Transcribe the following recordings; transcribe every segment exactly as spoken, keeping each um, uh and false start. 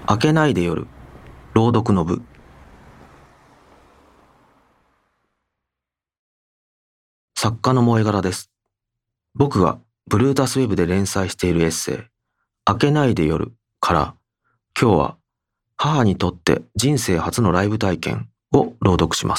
明けないで夜、朗読の部。作家の萌柄です。僕がブルータスウェブで連載しているエッセイ、明けないで夜から、今日は母にとって人生初のライブ体験を朗読します。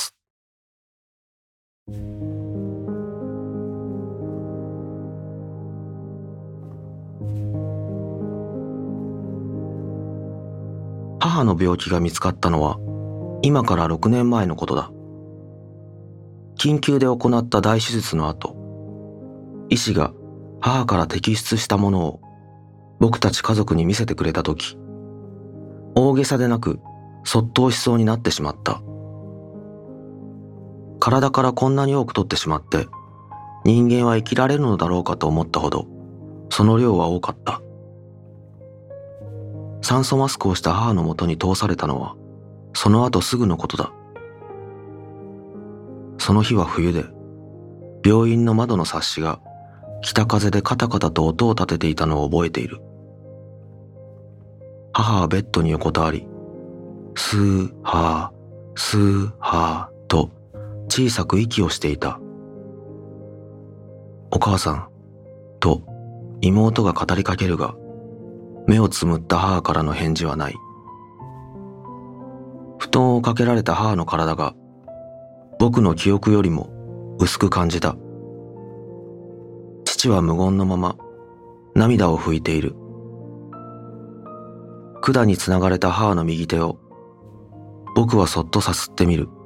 母の病気が見つかったのは今からろくねんまえのことだ。緊急で行った大手術の後、医師が母から摘出したものを僕たち家族に見せてくれたとき、大げさでなくそっとしそうになってしまった。体からこんなに多く取ってしまって人間は生きられるのだろうかと思ったほど、その量は多かった。酸素マスクをした母のもとに通されたのはその後すぐのことだ。その日は冬で、病院の窓のサッシが北風でカタカタと音を立てていたのを覚えている。母はベッドに横たわり、スーハー、スーハーと小さく息をしていた。お母さん、と妹が語りかけるが、目をつむった母からの返事はない。布団をかけられた母の体が僕の記憶よりも薄く感じた。父は無言のまま涙を拭いている。管につながれた母の右手を僕はそっとさすってみる。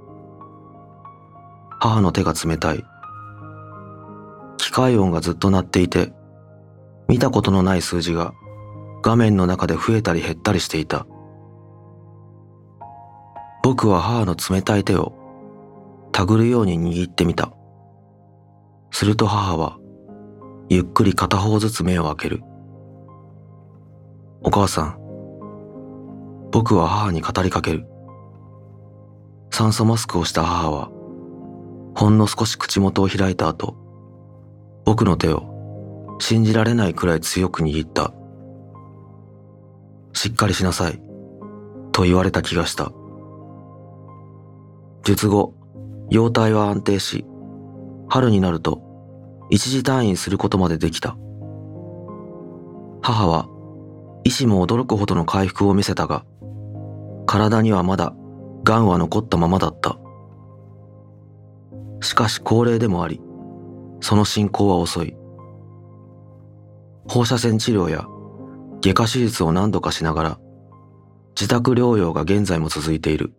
母の手が冷たい。機械音がずっと鳴っていて、見たことのない数字が画面の中で増えたり減ったりしていた。僕は母の冷たい手を手繰るように握ってみた。すると母はゆっくり片方ずつ目を開ける。お母さん、僕は母に語りかける。酸素マスクをした母はほんの少し口元を開いた後、僕の手を信じられないくらい強く握った。しっかりしなさいと言われた気がした。術後、容体は安定し、春になると一時退院することまでできた。母は医師も驚くほどの回復を見せたが、体にはまだ癌は残ったままだった。しかし高齢でもあり、その進行は遅い。放射線治療や外科手術を何度かしながら、自宅療養が現在も続いている。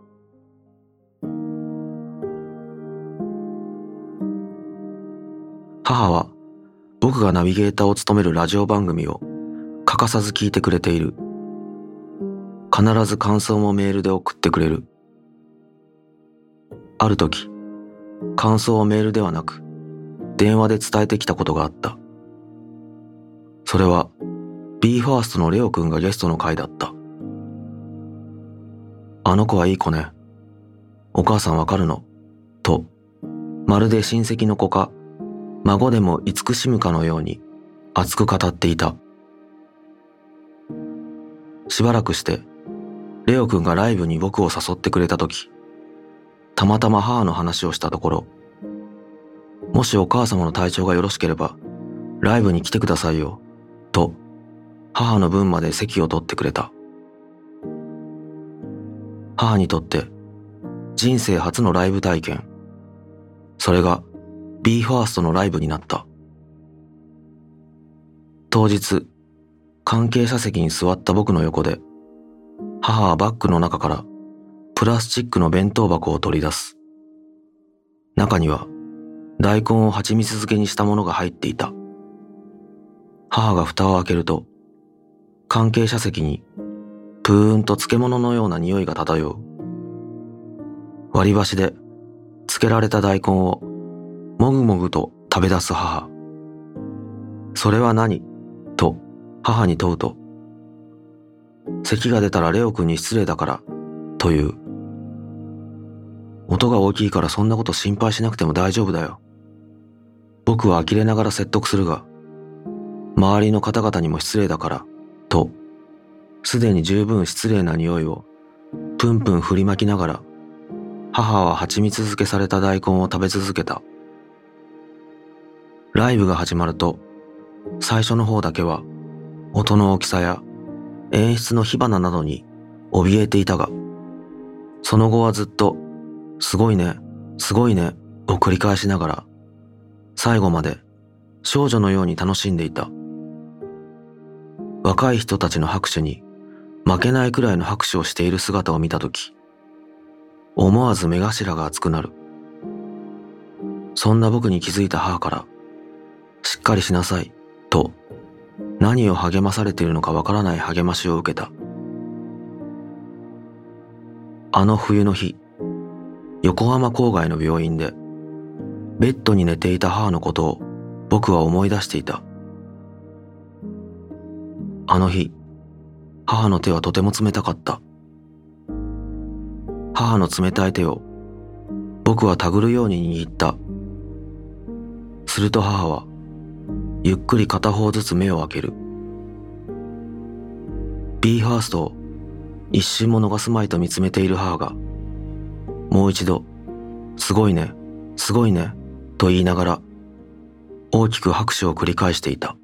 母は僕がナビゲーターを務めるラジオ番組を欠かさず聞いてくれている。必ず感想もメールで送ってくれる。ある時、感想をメールではなく電話で伝えてきたことがあった。それは ビーファースト のレオくんがゲストの回だった。あの子はいい子ね。お母さんわかるのと、まるで親戚の子か孫でも慈しむかのように熱く語っていた。しばらくしてレオくんがライブに僕を誘ってくれたとき、たまたま母の話をしたところ、もしお母様の体調がよろしければライブに来てくださいよと母の分まで席を取ってくれた。母にとって人生初のライブ体験、それがビーファースト のライブになった。当日、関係者席に座った僕の横で、母はバッグの中からプラスチックの弁当箱を取り出す。中には大根を蜂蜜漬けにしたものが入っていた。母が蓋を開けると、関係者席にプーンと漬物のような匂いが漂う。割り箸で漬けられた大根をもぐもぐと食べ出す母。それは何と母に問うと、咳が出たらレオくんに失礼だからという。音が大きいからそんなこと心配しなくても大丈夫だよ。僕は呆れながら説得するが、周りの方々にも失礼だからとすでに十分失礼な匂いをプンプン振りまきながら、母は蜂蜜漬けされた大根を食べ続けた。ライブが始まると、最初の方だけは音の大きさや演出の火花などに怯えていたが、その後はずっとすごいね、すごいねを繰り返しながら、最後まで少女のように楽しんでいた。若い人たちの拍手に負けないくらいの拍手をしている姿を見たとき、思わず目頭が熱くなる。そんな僕に気づいた母から、しっかりしなさいと何を励まされているのかわからない励ましを受けた。あの冬の日、横浜郊外の病院でベッドに寝ていた母のことを僕は思い出していた。あの日、母の手はとても冷たかった。母の冷たい手を僕は手繰るように握った。すると母はゆっくり片方ずつ目を開ける。ビーファーストを一瞬も逃すまいと見つめている母が、もう一度、すごいね、すごいね、と言いながら、大きく拍手を繰り返していた。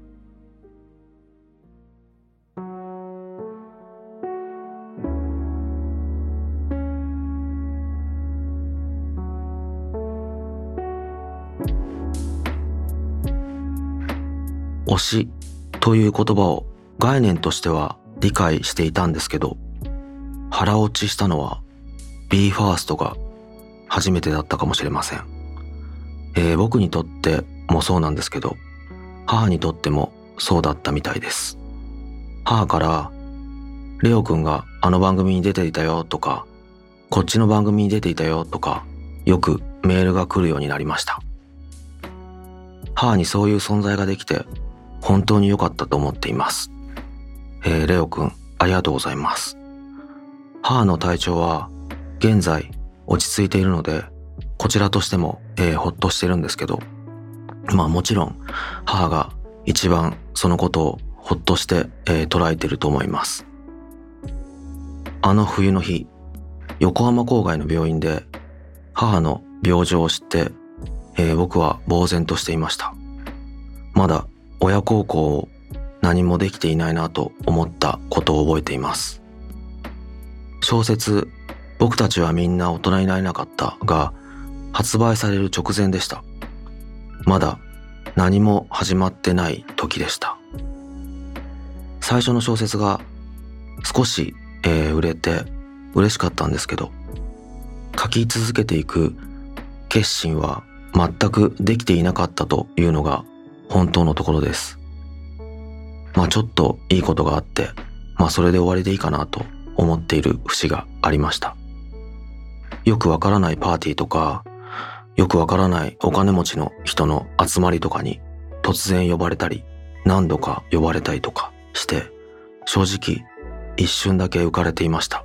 推しという言葉を概念としては理解していたんですけど、腹落ちしたのは ビーファーストが初めてだったかもしれません。えー、僕にとってもそうなんですけど、母にとってもそうだったみたいです。母からレオくんがあの番組に出ていたよとか、こっちの番組に出ていたよとか、よくメールが来るようになりました。母にそういう存在ができて本当に良かったと思っています。えー、レオくん、ありがとうございます。母の体調は現在落ち着いているので、こちらとしても、えー、ほっとしてるんですけど、まあもちろん母が一番そのことをほっとして、えー、捉えていると思います。あの冬の日、横浜郊外の病院で母の病状を知って、えー、僕は呆然としていました。まだ親孝行を何もできていないなと思ったことを覚えています。小説、僕たちはみんな大人になれなかったが発売される直前でした。まだ何も始まってない時でした。最初の小説が少し、えー、売れて嬉しかったんですけど、書き続けていく決心は全くできていなかったというのが本当のところです。まあちょっといいことがあって、まあそれで終わりでいいかなと思っている節がありました。よくわからないパーティーとか、よくわからないお金持ちの人の集まりとかに突然呼ばれたり、何度か呼ばれたりとかして、正直一瞬だけ浮かれていました。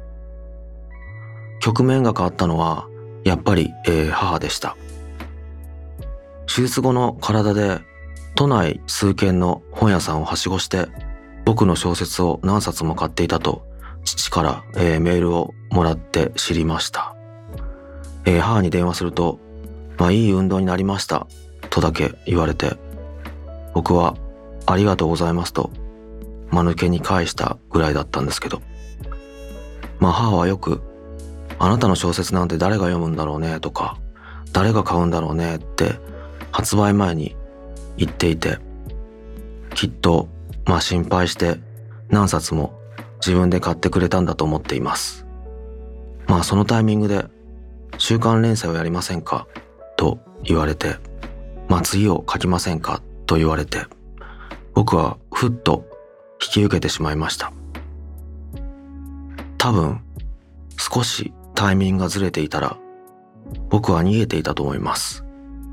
局面が変わったのはやっぱり、えー、母でした。手術後の体で都内数軒の本屋さんをはしごして僕の小説を何冊も買っていたと父から、えー、メールをもらって知りました。えー、母に電話すると、まあいい運動になりましたとだけ言われて、僕はありがとうございますと間抜けに返したぐらいだったんですけど、まあ母はよくあなたの小説なんて誰が読むんだろうねとか誰が買うんだろうねって発売前に言っていて、きっとまあ心配して何冊も自分で買ってくれたんだと思っています。まあそのタイミングで週刊連載をやりませんかと言われて、まあ次を書きませんかと言われて、僕はふっと引き受けてしまいました。多分少しタイミングがずれていたら僕は逃げていたと思います。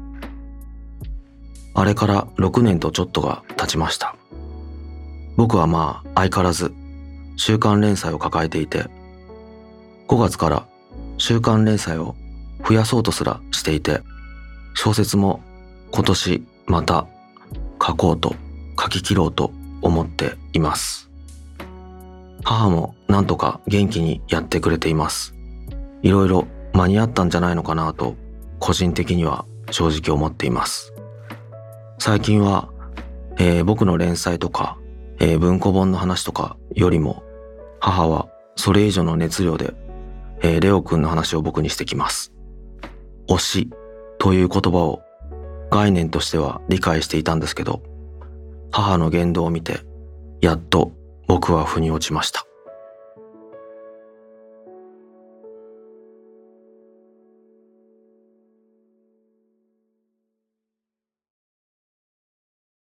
あれからろくねんとちょっとが経ちました。僕はまあ相変わらず週刊連載を抱えていて、ごがつから週刊連載を増やそうとすらしていて、小説も今年また書こうと書き切ろうと思っています。 母もなんとか元気にやってくれています。いろいろ間に合ったんじゃないのかなと個人的には正直思っています。最近は、えー僕の連載とか、えー文庫本の話とかよりも母はそれ以上の熱量で、えーレオくんの話を僕にしてきます。推しという言葉を概念としては理解していたんですけど、母の言動を見てやっと僕は腑に落ちました。